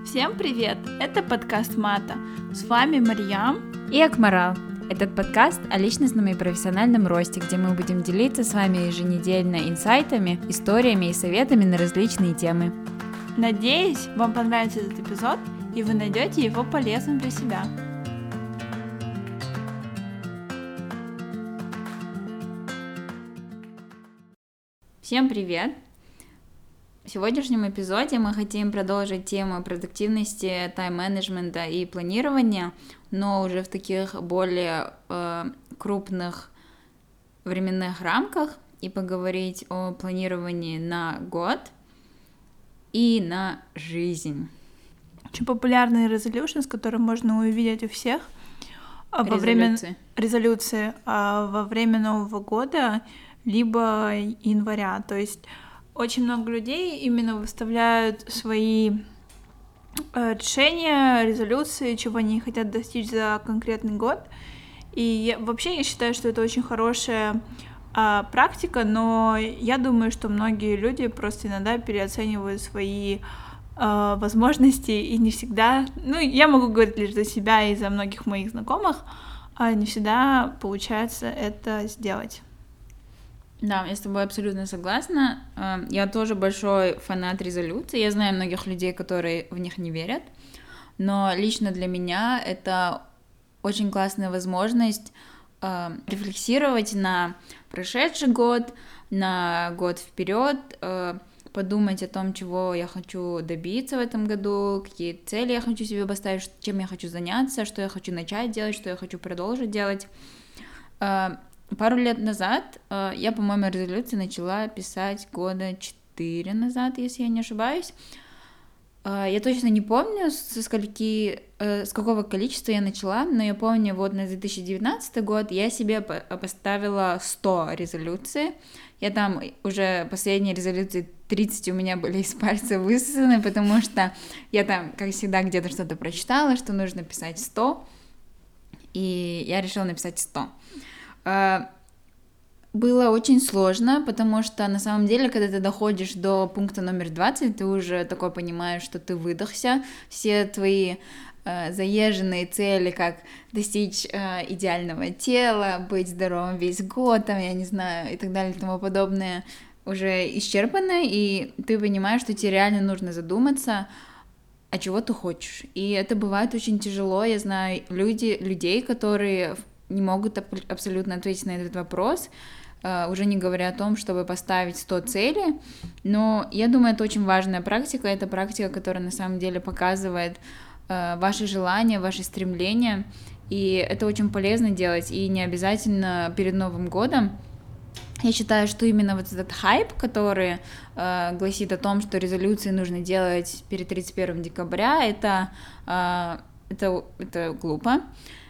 Всем привет! Это подкаст Мата. С вами Марьям и Акмарал. Этот подкаст о личностном и профессиональном росте, где мы будем делиться с вами еженедельно инсайтами, историями и советами на различные темы. Надеюсь, вам понравится этот эпизод, и вы найдете его полезным для себя. Всем привет! В сегодняшнем эпизоде мы хотим продолжить тему продуктивности, тайм-менеджмента и планирования, но уже в таких более крупных временных рамках и поговорить о планировании на год и на жизнь. Очень популярный resolution, который можно увидеть у всех во время резолюции во время Нового года либо января, то есть очень много людей именно выставляют свои решения, резолюции, чего они хотят достичь за конкретный год. И вообще я считаю, что это очень хорошая практика, но я думаю, что многие люди просто иногда переоценивают свои возможности и не всегда, я могу говорить лишь за себя и за многих моих знакомых, не всегда получается это сделать. Да, я с тобой абсолютно согласна. Я тоже большой фанат резолюций. Я знаю многих людей, которые в них не верят. Но лично для меня это очень классная возможность рефлексировать на прошедший год, на год вперед, подумать о том, чего я хочу добиться в этом году, какие цели я хочу себе поставить, чем я хочу заняться, что я хочу начать делать, что я хочу продолжить делать. Пару лет назад я, по-моему, резолюции начала писать года 4 назад, если я не ошибаюсь. Я точно не помню, с какого количества я начала, но я помню, вот на 2019 год я себе поставила 100 резолюций. Я там уже последние резолюции 30 у меня были из пальца высосаны, потому что я там, как всегда, где-то что-то прочитала, что нужно писать 100, и я решила написать 100. Было очень сложно, потому что на самом деле, когда ты доходишь до пункта номер 20, ты уже такой понимаешь, что ты выдохся, все твои заезженные цели, как достичь идеального тела, быть здоровым весь год, там, я не знаю, и так далее, и тому подобное, уже исчерпаны, и ты понимаешь, что тебе реально нужно задуматься, а чего ты хочешь. И это бывает очень тяжело. Я знаю людей, которые не могут абсолютно ответить на этот вопрос, уже не говоря о том, чтобы поставить 100 целей, но я думаю, это очень важная практика, это практика, которая на самом деле показывает ваши желания, ваши стремления, и это очень полезно делать, и не обязательно перед Новым годом. Я считаю, что именно вот этот хайп, который гласит о том, что резолюции нужно делать перед 31 декабря, это глупо.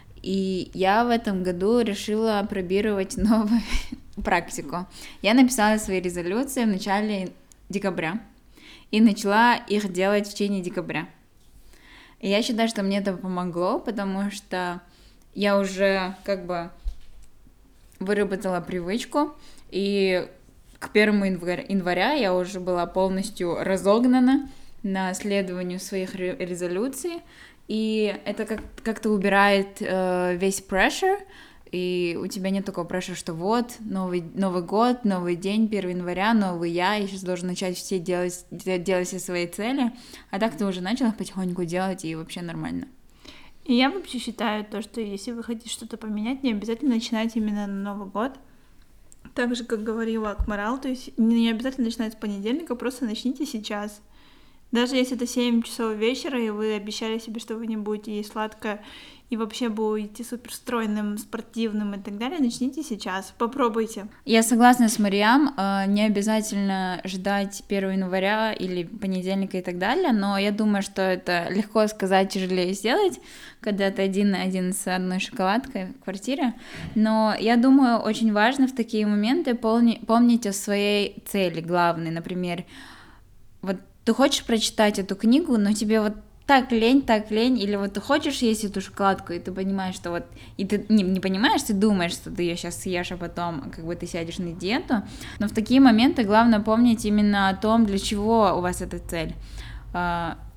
И я в этом году решила пробировать новую практику. Я написала свои резолюции в начале декабря и начала их делать в течение декабря. И я считаю, что мне это помогло, потому что я уже как бы выработала привычку, и к 1 января я уже была полностью разогнана на следованию своих резолюций. И это как-то убирает весь pressure, и у тебя нет такого pressure, что вот, Новый год, новый день, 1 января, новый я сейчас должен начать все делать все свои цели, а так ты уже начал потихоньку делать, и вообще нормально. И я вообще считаю то, что если вы хотите что-то поменять, не обязательно начинать именно на Новый год. Так же, как говорила Акмарал, то есть не обязательно начинать с понедельника, просто начните сейчас. Даже если это 7 часов вечера, и вы обещали себе, что вы не будете есть сладкое, и вообще будете суперстройным, спортивным и так далее, начните сейчас, попробуйте. Я согласна с Марьям, не обязательно ждать 1 января или понедельника и так далее, но я думаю, что это легко сказать, тяжелее сделать, когда ты один на один с одной шоколадкой в квартире, но я думаю, очень важно в такие моменты помнить о своей цели главной, например, вот ты хочешь прочитать эту книгу, но тебе вот так лень, или вот ты хочешь есть эту шоколадку, и ты понимаешь, что вот, и ты не понимаешь, ты думаешь, что ты ее сейчас съешь, а потом как бы ты сядешь на диету, но в такие моменты главное помнить именно о том, для чего у вас эта цель.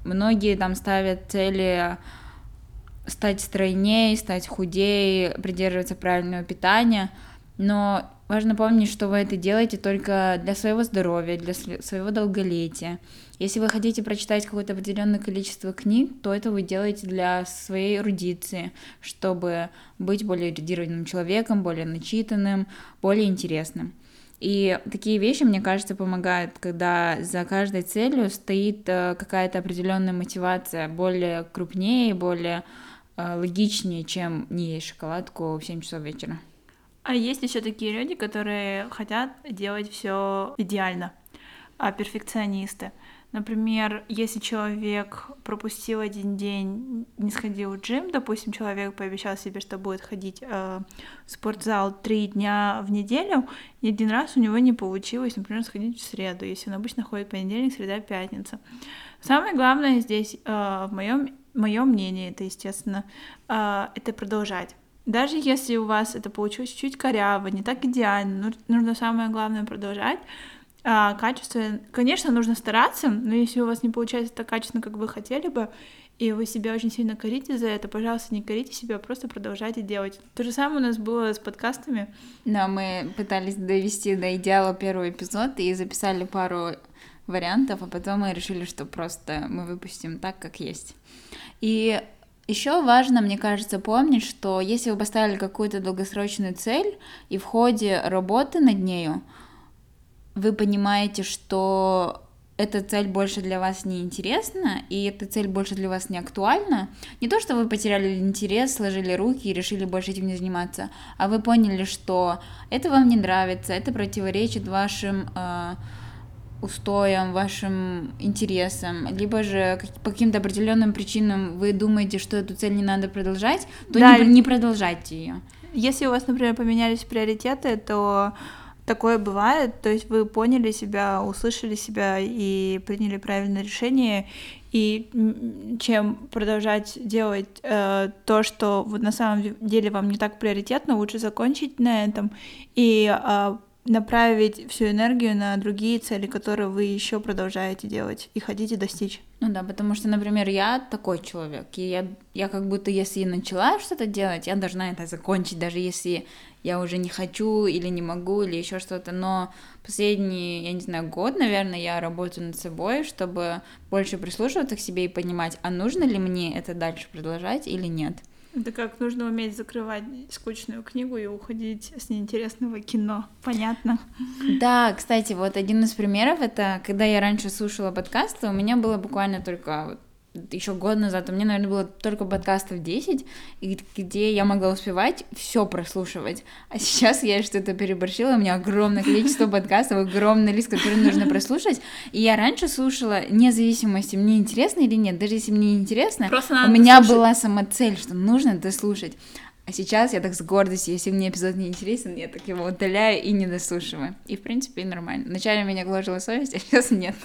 многие там ставят цели стать стройнее, стать худее, придерживаться правильного питания, но важно помнить, что вы это делаете только для своего здоровья, для своего долголетия. Если вы хотите прочитать какое-то определенное количество книг, то это вы делаете для своей эрудиции, чтобы быть более эрудированным человеком, более начитанным, более интересным. И такие вещи, мне кажется, помогают, когда за каждой целью стоит какая-то определенная мотивация, более крупнее, более логичнее, чем не есть шоколадку в 7 часов вечера. А есть еще такие люди, которые хотят делать все идеально, перфекционисты. Например, если человек пропустил один день, не сходил в джим, допустим, человек пообещал себе, что будет ходить в спортзал 3 дня в неделю, и один раз у него не получилось, например, сходить в среду, если он обычно ходит понедельник, среда, пятница. Самое главное здесь, в моем мнении, это, естественно, это продолжать. Даже если у вас это получилось чуть коряво, не так идеально, нужно самое главное продолжать. Качество, конечно, нужно стараться, но если у вас не получается так качественно, как вы хотели бы, и вы себя очень сильно корите за это, пожалуйста, не корите себя, просто продолжайте делать. То же самое у нас было с подкастами. Да, мы пытались довести до идеала первый эпизод и записали пару вариантов, а потом мы решили, что просто мы выпустим так, как есть. И еще важно, мне кажется, помнить, что если вы поставили какую-то долгосрочную цель, и в ходе работы над нею вы понимаете, что эта цель больше для вас не интересна, и эта цель больше для вас не актуальна, не то, что вы потеряли интерес, сложили руки и решили больше этим не заниматься, а вы поняли, что это вам не нравится, это противоречит вашим устоям, вашим интересам, либо же по каким-то определенным причинам вы думаете, что эту цель не надо продолжать, то да, не продолжайте ее. Если у вас, например, поменялись приоритеты, то такое бывает, то есть вы поняли себя, услышали себя и приняли правильное решение, и чем продолжать делать то, что на самом деле вам не так приоритетно, лучше закончить на этом и направить всю энергию на другие цели, которые вы еще продолжаете делать и хотите достичь. Ну да, потому что, например, я такой человек, и я как будто, если я начала что-то делать, я должна это закончить, даже если я уже не хочу или не могу, или еще что-то, но последний, я не знаю, год, наверное, я работаю над собой, чтобы больше прислушиваться к себе и понимать, а нужно ли мне это дальше продолжать или нет. Это как нужно уметь закрывать скучную книгу и уходить с неинтересного кино. Понятно? Да, кстати, вот один из примеров, это когда я раньше слушала подкасты, у меня было буквально только еще год назад, у меня, наверное, было только подкастов 10, где я могла успевать все прослушивать. А сейчас я что-то переборщила, у меня огромное количество подкастов, огромный лист, который нужно прослушать. И я раньше слушала, вне зависимости, мне интересно или нет, даже если мне интересно, у меня была сама цель, что нужно дослушать. А сейчас я так с гордостью, если мне эпизод не интересен, я так его удаляю и не дослушиваю. И, в принципе, нормально. Вначале меня гложила совесть, а сейчас нет.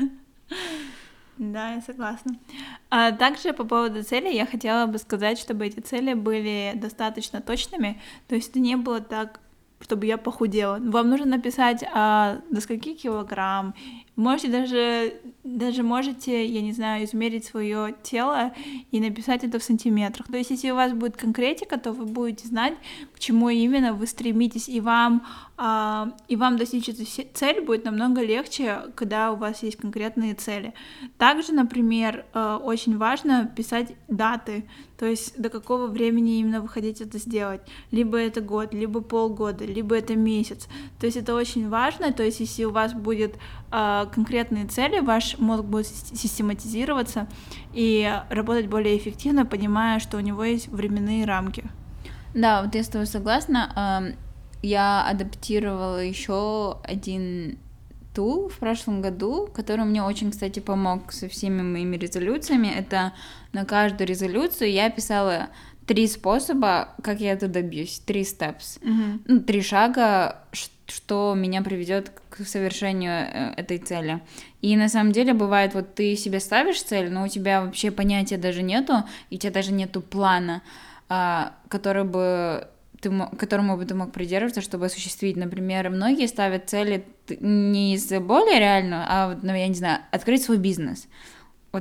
Да, я согласна. Также по поводу целей я хотела бы сказать, чтобы эти цели были достаточно точными, то есть это не было так, чтобы я похудела. Вам нужно написать, до скольки килограмм. Можете даже можете, я не знаю, измерить свое тело и написать это в сантиметрах. То есть, если у вас будет конкретика, то вы будете знать, к чему именно вы стремитесь, и вам достичь эту цель будет намного легче, когда у вас есть конкретные цели. Также, например, очень важно писать даты, то есть до какого времени именно вы хотите это сделать. Либо это год, либо полгода, либо это месяц. То есть это очень важно, то есть если у вас будет конкретные цели, ваш мозг будет систематизироваться и работать более эффективно, понимая, что у него есть временные рамки. Да, вот я с тобой согласна. Я адаптировала еще один тул в прошлом году, который мне очень, кстати, помог со всеми моими резолюциями. Это на каждую резолюцию я писала 3 способа, как я это добьюсь, 3 steps, 3 шага, что меня приведет к совершению этой цели. И на самом деле бывает, вот ты себе ставишь цель, но у тебя вообще понятия даже нету, и у тебя даже нету плана, которому бы ты мог придерживаться, чтобы осуществить. Например, многие ставят цели не из более реальную, а, я не знаю, открыть свой бизнес. Вот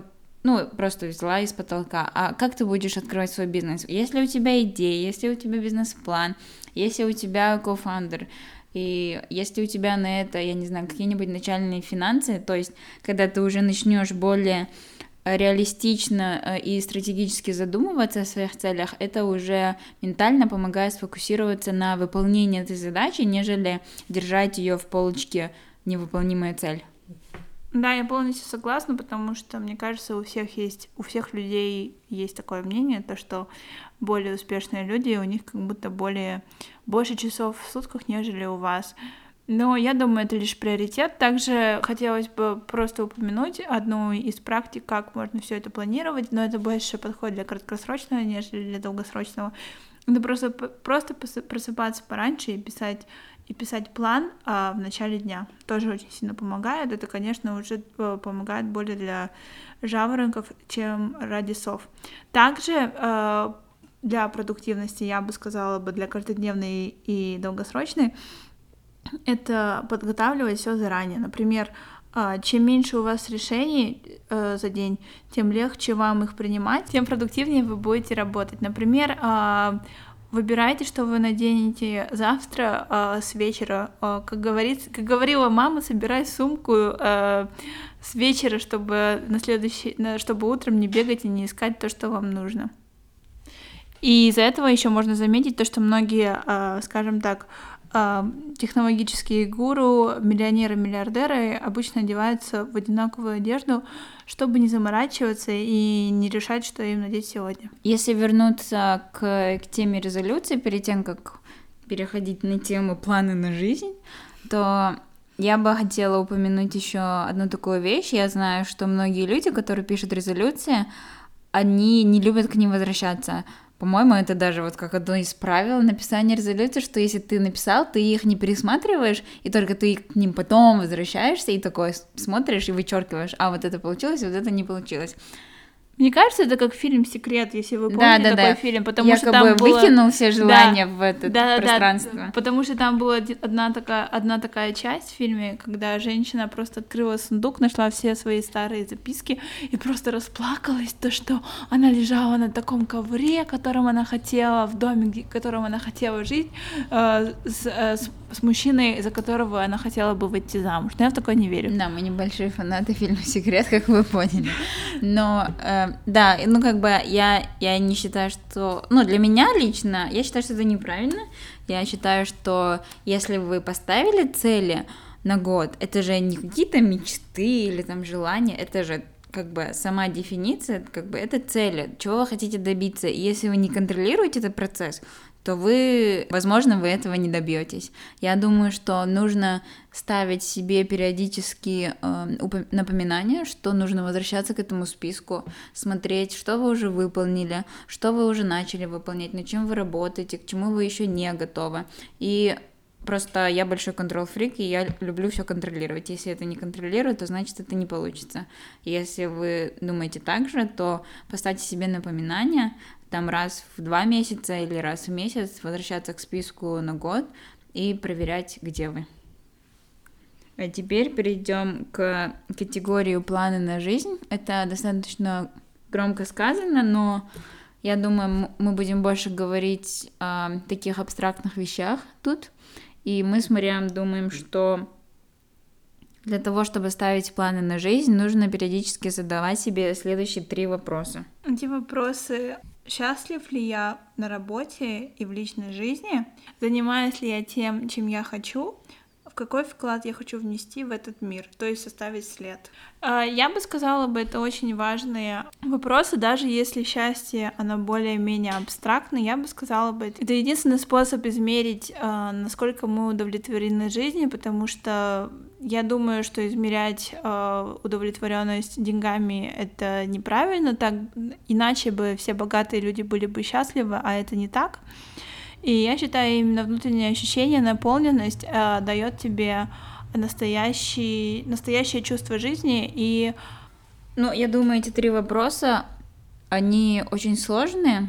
ну, просто взяла из потолка, а как ты будешь открывать свой бизнес? Если у тебя идея, если у тебя бизнес-план, если у тебя кофаундер, и если у тебя на это, я не знаю, какие-нибудь начальные финансы, то есть когда ты уже начнешь более реалистично и стратегически задумываться о своих целях, это уже ментально помогает сфокусироваться на выполнении этой задачи, нежели держать ее в полочке невыполнимая цель. Да, я полностью согласна, потому что, мне кажется, у всех людей есть такое мнение, то, что более успешные люди, у них как будто больше часов в сутках, нежели у вас. Но я думаю, это лишь приоритет. Также хотелось бы просто упомянуть одну из практик, как можно все это планировать, но это больше подходит для краткосрочного, нежели для долгосрочного. Это просто просыпаться пораньше и писать план в начале дня. Тоже очень сильно помогает. Это, конечно, уже помогает более для жаворонков, чем ради сов. Также для продуктивности, я бы сказала, для каждодневной и долгосрочной, это подготавливать все заранее. Например, чем меньше у вас решений за день, тем легче вам их принимать, тем продуктивнее вы будете работать. Например, выбирайте, что вы наденете завтра с вечера. Как говорила мама, собирай сумку с вечера, чтобы чтобы утром не бегать и не искать то, что вам нужно. И из-за этого еще можно заметить то, что многие, скажем так, технологические гуру, миллионеры, миллиардеры обычно одеваются в одинаковую одежду, чтобы не заморачиваться и не решать, что им надеть сегодня. Если вернуться к теме резолюции, перед тем, как переходить на тему планы на жизнь, то я бы хотела упомянуть еще одну такую вещь. Я знаю, что многие люди, которые пишут резолюции, они не любят к ним возвращаться. По-моему, это даже вот как одно из правил написания резолюции, что если ты написал, ты их не пересматриваешь, и только ты к ним потом возвращаешься и такой смотришь и вычеркиваешь, а вот это получилось, вот это не получилось. Мне кажется, это как фильм «Секрет», если вы помните такой фильм, потому якобы что там было... выкинул все желания в это пространство. Да, потому что там была одна такая часть в фильме, когда женщина просто открыла сундук, нашла все свои старые записки и просто расплакалась, то, что она лежала на таком ковре, которым она хотела, в доме, в котором она хотела жить, с мужчиной, за которого она хотела бы выйти замуж. Но я в такое не верю. Да, мы небольшие фанаты фильма «Секрет», как вы поняли. Но, да, ну, как бы я не считаю, что... Ну, для меня лично, я считаю, что это неправильно. Я считаю, что если вы поставили цели на год, это же не какие-то мечты или там желания, это же как бы сама дефиниция, как бы это цели, чего вы хотите добиться. И если вы не контролируете этот процесс, то возможно, вы этого не добьетесь. Я думаю, что нужно ставить себе периодически напоминания, что нужно возвращаться к этому списку, смотреть, что вы уже выполнили, что вы уже начали выполнять, над чем вы работаете, к чему вы еще не готовы. И просто я большой контрол-фрик, и я люблю все контролировать. Если это не контролирую, то значит это не получится. Если вы думаете так же, то поставьте себе напоминания, там раз в 2 месяца или раз в месяц возвращаться к списку на год и проверять, где вы. А теперь перейдем к категории планы на жизнь. Это достаточно громко сказано, но я думаю, мы будем больше говорить о таких абстрактных вещах тут. И мы с Мариам думаем, что для того, чтобы ставить планы на жизнь, нужно периодически задавать себе следующие 3 вопроса. Эти вопросы: счастлив ли я на работе и в личной жизни? Занимаюсь ли я тем, чем я хочу? В какой вклад я хочу внести в этот мир, то есть составить след. Я бы сказала, это очень важные вопросы, даже если счастье, оно более-менее абстрактное, я бы сказала, это единственный способ измерить, насколько мы удовлетворены жизнью, потому что я думаю, что измерять удовлетворенность деньгами — это неправильно, так иначе бы все богатые люди были бы счастливы, а это не так. И я считаю, именно внутреннее ощущение, наполненность дает тебе настоящее чувство жизни. И, я думаю, эти 3 вопроса, они очень сложные,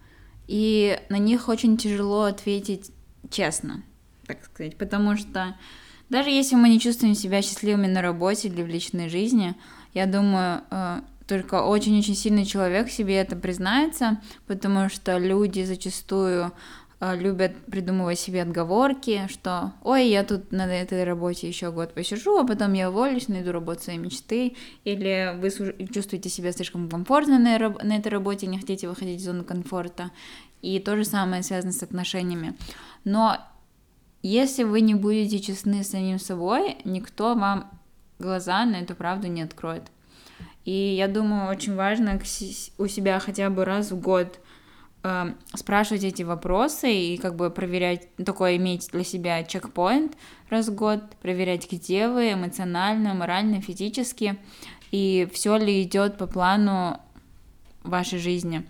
и на них очень тяжело ответить честно, так сказать, потому что даже если мы не чувствуем себя счастливыми на работе или в личной жизни, я думаю, только очень-очень сильный человек себе это признается, потому что люди зачастую любят придумывать себе отговорки, что «Ой, я тут на этой работе еще год посижу, а потом я уволюсь, найду работу своей мечты», или вы чувствуете себя слишком комфортно на этой работе, не хотите выходить из зоны комфорта, и то же самое связано с отношениями. Но если вы не будете честны с самим собой, никто вам глаза на эту правду не откроет. И я думаю, очень важно у себя хотя бы раз в год спрашивать эти вопросы и как бы проверять, такое иметь для себя чекпоинт раз в год, проверять, где вы эмоционально, морально, физически, и все ли идет по плану вашей жизни.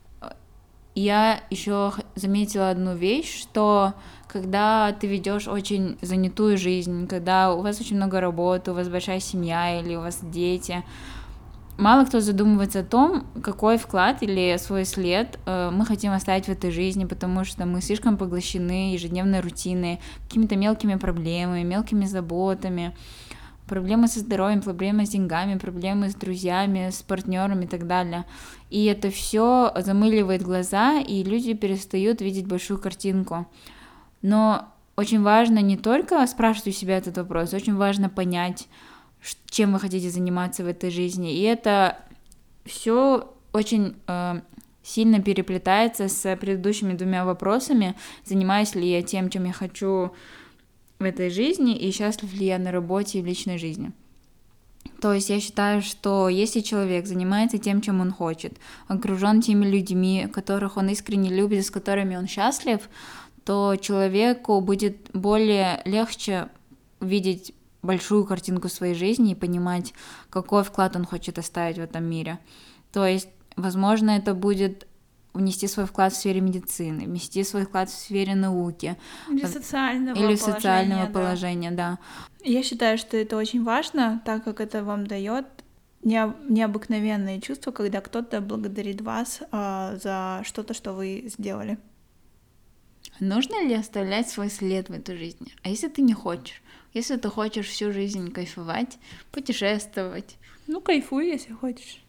Я еще заметила одну вещь, что когда ты ведешь очень занятую жизнь, когда у вас очень много работы, у вас большая семья или у вас дети, мало кто задумывается о том, какой вклад или свой след мы хотим оставить в этой жизни, потому что мы слишком поглощены ежедневной рутиной, какими-то мелкими проблемами, мелкими заботами, проблемы со здоровьем, проблемы с деньгами, проблемы с друзьями, с партнерами и так далее. И это все замыливает глаза, и люди перестают видеть большую картинку. Но очень важно не только спрашивать у себя этот вопрос, очень важно понять, чем вы хотите заниматься в этой жизни. И это все очень сильно переплетается с предыдущими двумя вопросами, занимаюсь ли я тем, чем я хочу в этой жизни, и счастлив ли я на работе и в личной жизни. То есть я считаю, что если человек занимается тем, чем он хочет, окружен теми людьми, которых он искренне любит, с которыми он счастлив, то человеку будет более легче видеть большую картинку своей жизни и понимать, какой вклад он хочет оставить в этом мире. То есть, возможно, это будет внести свой вклад в сфере медицины, внести свой вклад в сфере науки. Или социального положения, да. Я считаю, что это очень важно, так как это вам дает необыкновенные чувства, когда кто-то благодарит вас за что-то, что вы сделали. Нужно ли оставлять свой след в этой жизни? А если ты не хочешь? Если ты хочешь всю жизнь кайфовать, путешествовать? Ну, кайфуй, если хочешь.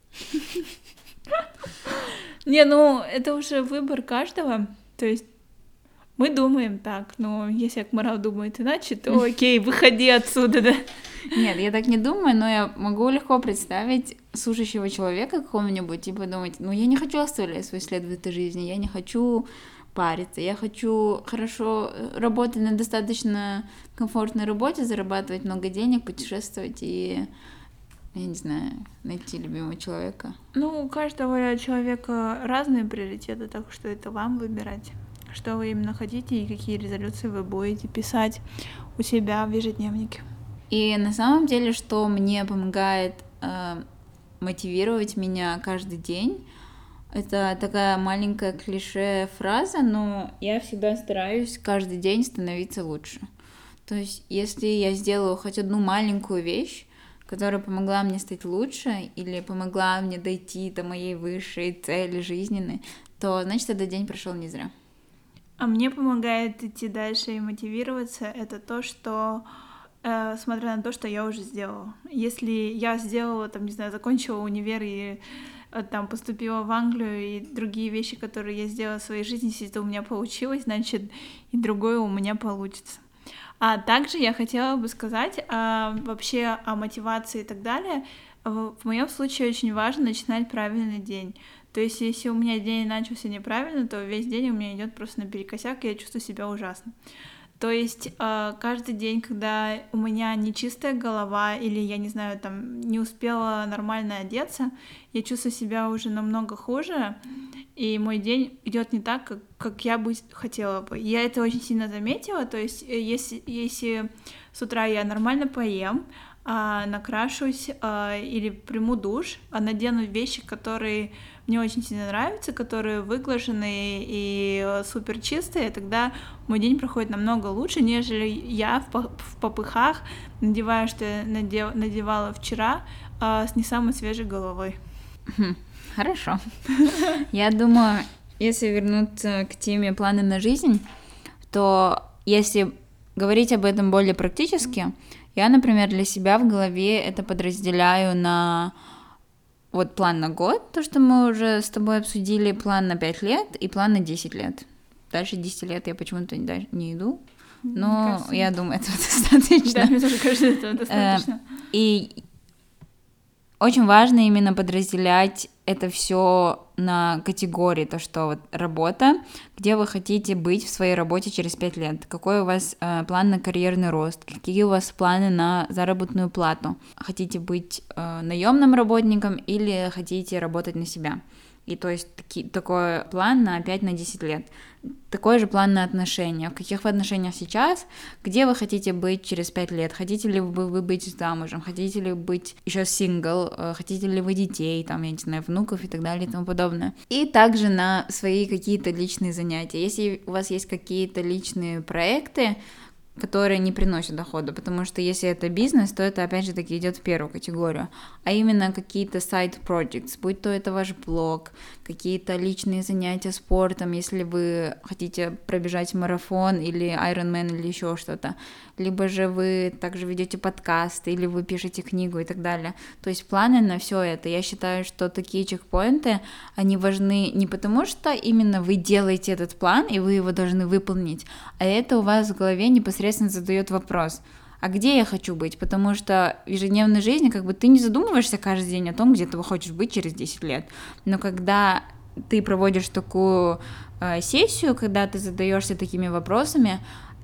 Не, ну, это уже выбор каждого. То есть мы думаем так, но если Акмарал думает иначе, то окей, выходи отсюда, да? Нет, я так не думаю, но я могу легко представить слушающего человека какого-нибудь и подумать, ну, я не хочу оставлять свой след в этой жизни, я не хочу париться, я хочу хорошо работать на достаточно комфортной работе, зарабатывать много денег, путешествовать и, я не знаю, найти любимого человека. Ну, у каждого человека разные приоритеты, так что это вам выбирать, что вы именно хотите и какие резолюции вы будете писать у себя в ежедневнике. И на самом деле, что мне помогает мотивировать меня каждый день, это такая маленькая клише-фраза, но я всегда стараюсь каждый день становиться лучше. То есть, если я сделаю хоть одну маленькую вещь, которая помогла мне стать лучше или помогла мне дойти до моей высшей цели жизненной, то, значит, этот день прошел не зря. А мне помогает идти дальше и мотивироваться, это то, что, смотря на то, что я уже сделала. Если я сделала, там, не знаю, закончила универ и там поступила в Англию, и другие вещи, которые я сделала в своей жизни, если это у меня получилось, значит, и другое у меня получится. А также я хотела бы сказать вообще о мотивации и так далее. В моем случае очень важно начинать правильный день. То есть, если у меня день начался неправильно, то весь день у меня идет просто наперекосяк, и я чувствую себя ужасно. То есть каждый день, когда у меня нечистая голова или, я не знаю, там не успела нормально одеться, я чувствую себя уже намного хуже, и мой день идет не так, как я бы хотела бы. Я это очень сильно заметила, то есть если с утра я нормально поем, накрашусь или приму душ, надену вещи, которые мне очень сильно нравятся, которые выглаженные и супер чистые, тогда мой день проходит намного лучше, нежели я в попыхах надеваю, что я надевала вчера, с не самой свежей головой. Хорошо. Я думаю, если вернуться к теме планы на жизнь, то если говорить об этом более практически, я, например, для себя в голове это подразделяю на вот план на год, то, что мы уже с тобой обсудили, план на 5 лет и план на 10 лет. Дальше 10 лет я почему-то не иду, но я думаю, этого достаточно. Да, мне тоже кажется, этого достаточно. И очень важно именно подразделять это все на категории, то, что вот работа, где вы хотите быть в своей работе через 5 лет, какой у вас план на карьерный рост, какие у вас планы на заработную плату, хотите быть наемным работником или хотите работать на себя. И то есть такой план на 5-10 лет. Такой же план на отношения. В каких вы отношениях сейчас? Где вы хотите быть через 5 лет? Хотите ли вы быть замужем? Хотите ли быть еще сингл? Хотите ли вы детей, там, я не знаю, внуков и так далее и тому подобное? И также на свои какие-то личные занятия. Если у вас есть какие-то личные проекты, которые не приносят дохода, потому что если это бизнес, то это опять же таки идет в первую категорию, а именно какие-то side projects, будь то это ваш блог, какие-то личные занятия спортом, если вы хотите пробежать марафон или Ironman или еще что-то, либо же вы также ведете подкаст, или вы пишете книгу и так далее. То есть планы на все это. Я считаю, что такие чекпоинты, они важны не потому, что именно вы делаете этот план, и вы его должны выполнить, а это у вас в голове непосредственно задает вопрос, а где я хочу быть? Потому что в ежедневной жизни как бы ты не задумываешься каждый день о том, где ты хочешь быть через 10 лет. Но когда ты проводишь такую сессию, когда ты задаешься такими вопросами,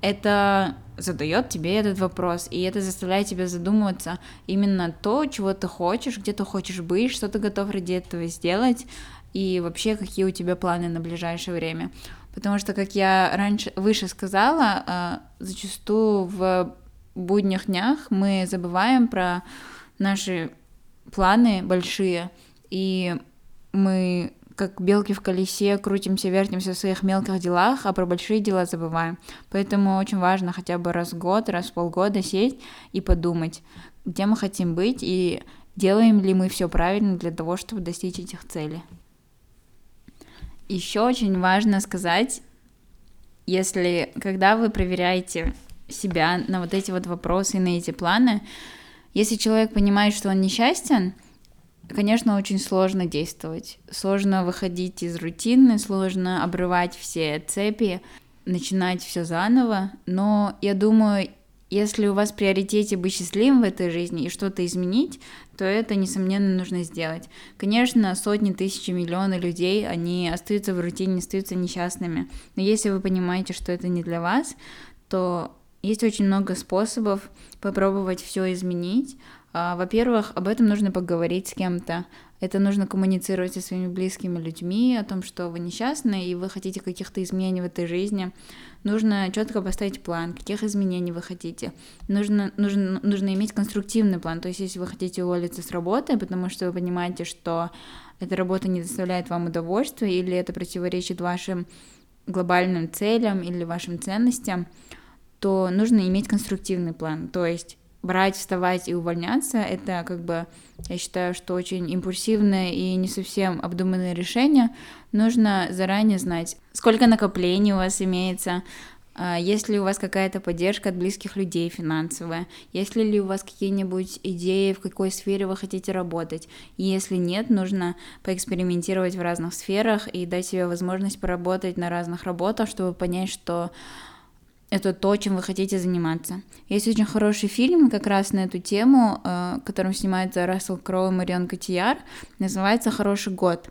это задает тебе этот вопрос, и это заставляет тебя задумываться именно то, чего ты хочешь, где ты хочешь быть, что ты готов ради этого сделать, и вообще какие у тебя планы на ближайшее время. Потому что, как я выше сказала, зачастую в будних днях мы забываем про наши планы большие, и мы как белки в колесе крутимся, вертимся в своих мелких делах, а про большие дела забываем. Поэтому очень важно хотя бы раз в год, раз в полгода сесть и подумать, где мы хотим быть и делаем ли мы все правильно для того, чтобы достичь этих целей. Еще очень важно сказать, когда вы проверяете себя на вот эти вот вопросы и на эти планы, если человек понимает, что он несчастен, конечно, очень сложно действовать, сложно выходить из рутины, сложно обрывать все цепи, начинать все заново, но я думаю, если у вас в приоритете быть счастливым в этой жизни и что-то изменить, то это, несомненно, нужно сделать. Конечно, сотни, тысячи, миллионы людей, они остаются в рутине, остаются несчастными, но если вы понимаете, что это не для вас, то есть очень много способов попробовать все изменить. Во-первых, об этом нужно поговорить с кем-то. Это нужно коммуницировать со своими близкими людьми о том, что вы несчастны и вы хотите каких-то изменений в этой жизни. Нужно четко поставить план, каких изменений вы хотите. Нужно иметь конструктивный план. То есть, если вы хотите уволиться с работы, потому что вы понимаете, что эта работа не доставляет вам удовольствия или это противоречит вашим глобальным целям или вашим ценностям, то нужно иметь конструктивный план. То есть брать, вставать и увольняться, это как бы, я считаю, что очень импульсивное и не совсем обдуманное решение. Нужно заранее знать, сколько накоплений у вас имеется, есть ли у вас какая-то поддержка от близких людей финансовая, есть ли у вас какие-нибудь идеи, в какой сфере вы хотите работать. И если нет, нужно поэкспериментировать в разных сферах и дать себе возможность поработать на разных работах, чтобы понять, что это то, чем вы хотите заниматься. Есть очень хороший фильм как раз на эту тему, в котором снимается Рассел Кроу и Марион Котийяр, называется «Хороший год»,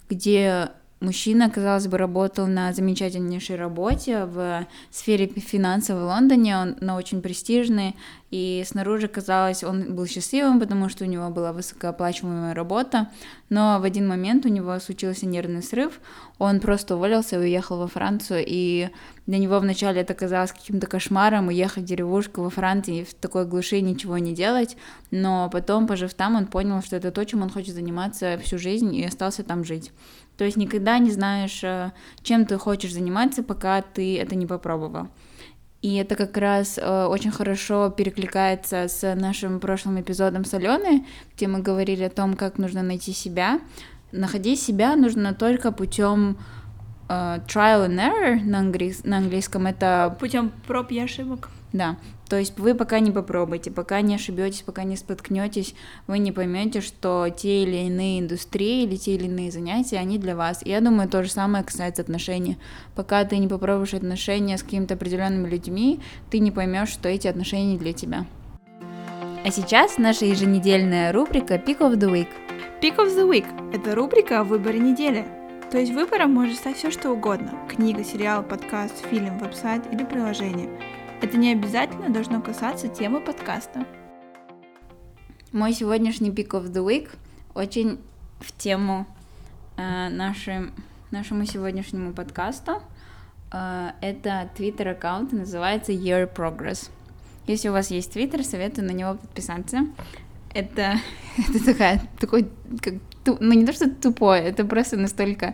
где мужчина, казалось бы, работал на замечательнейшей работе в сфере финансов в Лондоне, он очень престижный, и снаружи, казалось, он был счастливым, потому что у него была высокооплачиваемая работа, но в один момент у него случился нервный срыв, он просто уволился и уехал во Францию, и для него вначале это казалось каким-то кошмаром, уехать в деревушку во Франции, в такой глуши ничего не делать, но потом, пожив там, он понял, что это то, чем он хочет заниматься всю жизнь, и остался там жить. То есть никогда не знаешь, чем ты хочешь заниматься, пока ты это не попробовал. И это как раз очень хорошо перекликается с нашим прошлым эпизодом с Аленой, где мы говорили о том, как нужно найти себя. Находить себя нужно только путем trial and error на английском. Это путем проб и ошибок. Да, то есть вы пока не попробуете, пока не ошибетесь, пока не споткнетесь, вы не поймете, что те или иные индустрии или те или иные занятия, они для вас. И я думаю, то же самое касается отношений. Пока ты не попробуешь отношения с какими-то определенными людьми, ты не поймешь, что эти отношения для тебя. А сейчас наша еженедельная рубрика Pick of the Week. Pick of the Week – это рубрика о выборе недели. То есть выбором может стать все что угодно – книга, сериал, подкаст, фильм, веб-сайт или приложение. Это не обязательно должно касаться темы подкаста. Мой сегодняшний Pick of the Week очень в тему нашему сегодняшнему подкасту. Это твиттер-аккаунт, называется Year Progress. Если у вас есть твиттер, советую на него подписаться. Это такой, не то что тупое, это просто настолько,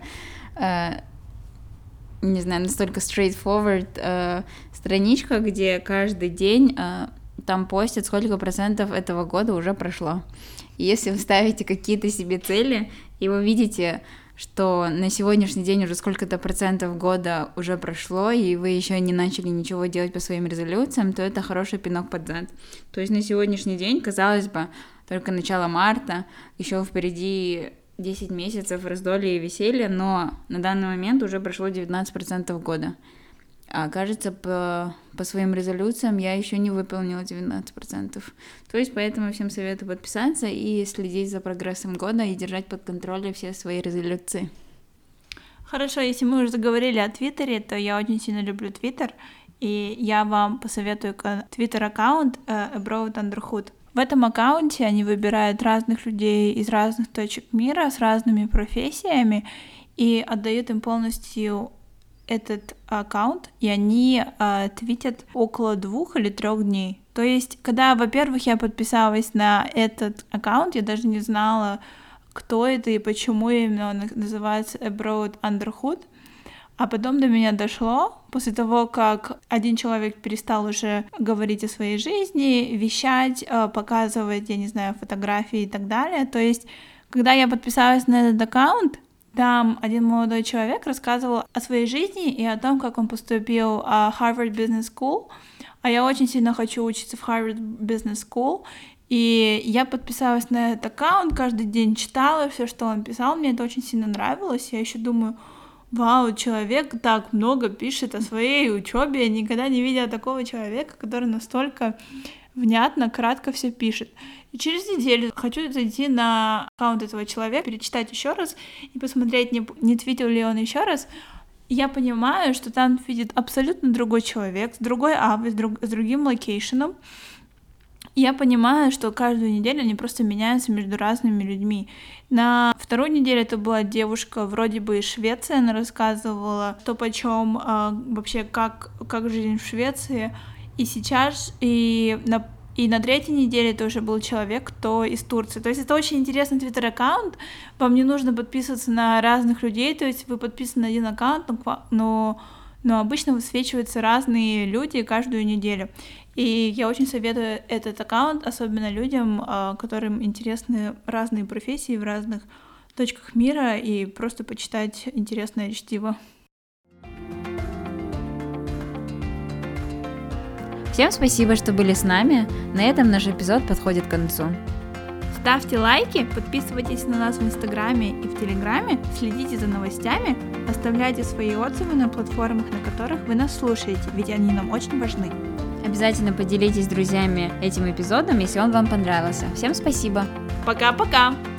не знаю, настолько straightforward страничка, где каждый день там постят, сколько процентов этого года уже прошло. И если вы ставите какие-то себе цели, и вы видите, что на сегодняшний день уже сколько-то процентов года уже прошло, и вы еще не начали ничего делать по своим резолюциям, то это хороший пинок под зад. То есть на сегодняшний день, казалось бы, только начало марта, еще впереди 10 месяцев раздолья и веселья, но на данный момент уже прошло 19% года. А кажется, по своим резолюциям я еще не выполнила 19%. То есть поэтому всем советую подписаться и следить за прогрессом года и держать под контролем все свои резолюции. Хорошо, если мы уже заговорили о Твиттере, то я очень сильно люблю Твиттер, и я вам посоветую Твиттер-аккаунт Abroad_Hood. В этом аккаунте они выбирают разных людей из разных точек мира с разными профессиями и отдают им полностью этот аккаунт, и они твитят около 2 или 3 дней. То есть, когда, во-первых, я подписалась на этот аккаунт, я даже не знала, кто это и почему именно он называется Abroad_Hood. А потом до меня дошло, после того, как один человек перестал уже говорить о своей жизни, вещать, показывать, я не знаю, фотографии и так далее. То есть, когда я подписалась на этот аккаунт, там один молодой человек рассказывал о своей жизни и о том, как он поступил в Harvard Business School. А я очень сильно хочу учиться в Harvard Business School. И я подписалась на этот аккаунт, каждый день читала все, что он писал. Мне это очень сильно нравилось. Я еще думаю, вау, человек так много пишет о своей учебе. Я никогда не видела такого человека, который настолько внятно, кратко все пишет. И через неделю хочу зайти на аккаунт этого человека, перечитать еще раз и посмотреть, не твитил ли он еще раз. И я понимаю, что там твитит абсолютно другой человек, с другой адрес, с другим локейшеном. И я понимаю, что каждую неделю они просто меняются между разными людьми. На 2-й неделе это была девушка вроде бы из Швеции, она рассказывала, что почем вообще, как жизнь в Швеции. И сейчас, и на 3-й неделе тоже был человек, кто из Турции. То есть это очень интересный твиттер-аккаунт. Вам не нужно подписываться на разных людей, то есть вы подписаны на один аккаунт, но обычно высвечиваются разные люди каждую неделю. И я очень советую этот аккаунт, особенно людям, которым интересны разные профессии в разных точках мира, и просто почитать интересное чтиво. Всем спасибо, что были с нами. На этом наш эпизод подходит к концу. Ставьте лайки, подписывайтесь на нас в Инстаграме и в Телеграме, следите за новостями, оставляйте свои отзывы на платформах, на которых вы нас слушаете, ведь они нам очень важны. Обязательно поделитесь с друзьями этим эпизодом, если он вам понравился. Всем спасибо. Пока-пока!